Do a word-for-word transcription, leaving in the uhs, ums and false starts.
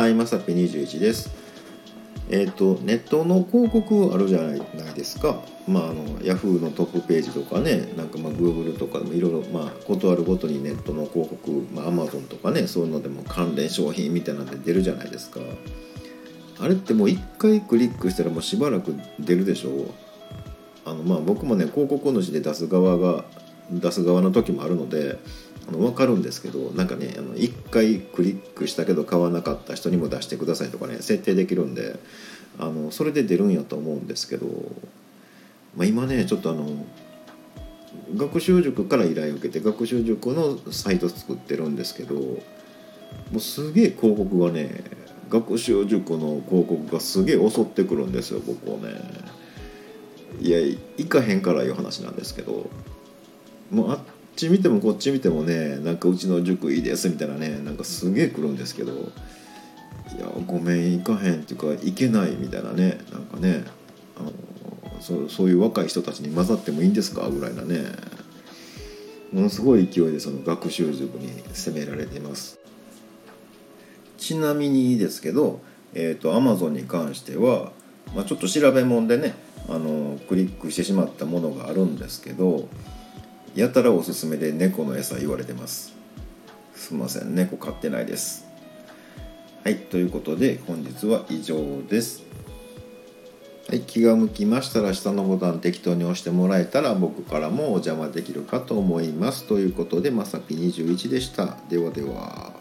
はい、まさぴにじゅういちです。えっ、ー、とネットの広告あるじゃないですか。まああのヤフーのトップページとかね、なんかまあ Google とかでもいろいろまあことあるごとにネットの広告、まあ Amazon とかね、そういうのでも関連商品みたいなので出るじゃないですか。あれってもう一回クリックしたらもうしばらく出るでしょう。あのまあ僕もね広告主で出す側が出す側の時もあるのであの分かるんですけど、なんかねあのいっかいクリックしたけど買わなかった人にも出してくださいとかね設定できるんで、あのそれで出るんやと思うんですけど、まあ、今ねちょっとあの学習塾から依頼を受けて学習塾のサイト作ってるんですけど、もうすげえ広告がね学習塾の広告がすげえ襲ってくるんですよ僕をね。いや行かへんからいう話なんですけど、もうあっち見てもこっち見てもね、なんかうちの塾いいですみたいなね、なんかすげえ来るんですけど、いやごめん行かへんっていうか行けないみたいなね、なんかねあの そ, そういう若い人たちに混ざってもいいんですかぐらいなね、ものすごい勢いでその学習塾に責められています。ちなみにですけど、えーと Amazon に関しては、まあ、ちょっと調べ物でねあのクリックしてしまったものがあるんですけど、やたらおすすめで猫の餌言われてます。すみません、猫飼ってないです。はい、ということで本日は以上です。はい、気が向きましたら下のボタン適当に押してもらえたら僕からもお邪魔できるかと思います。ということでまさぴにじゅういちでした。ではでは。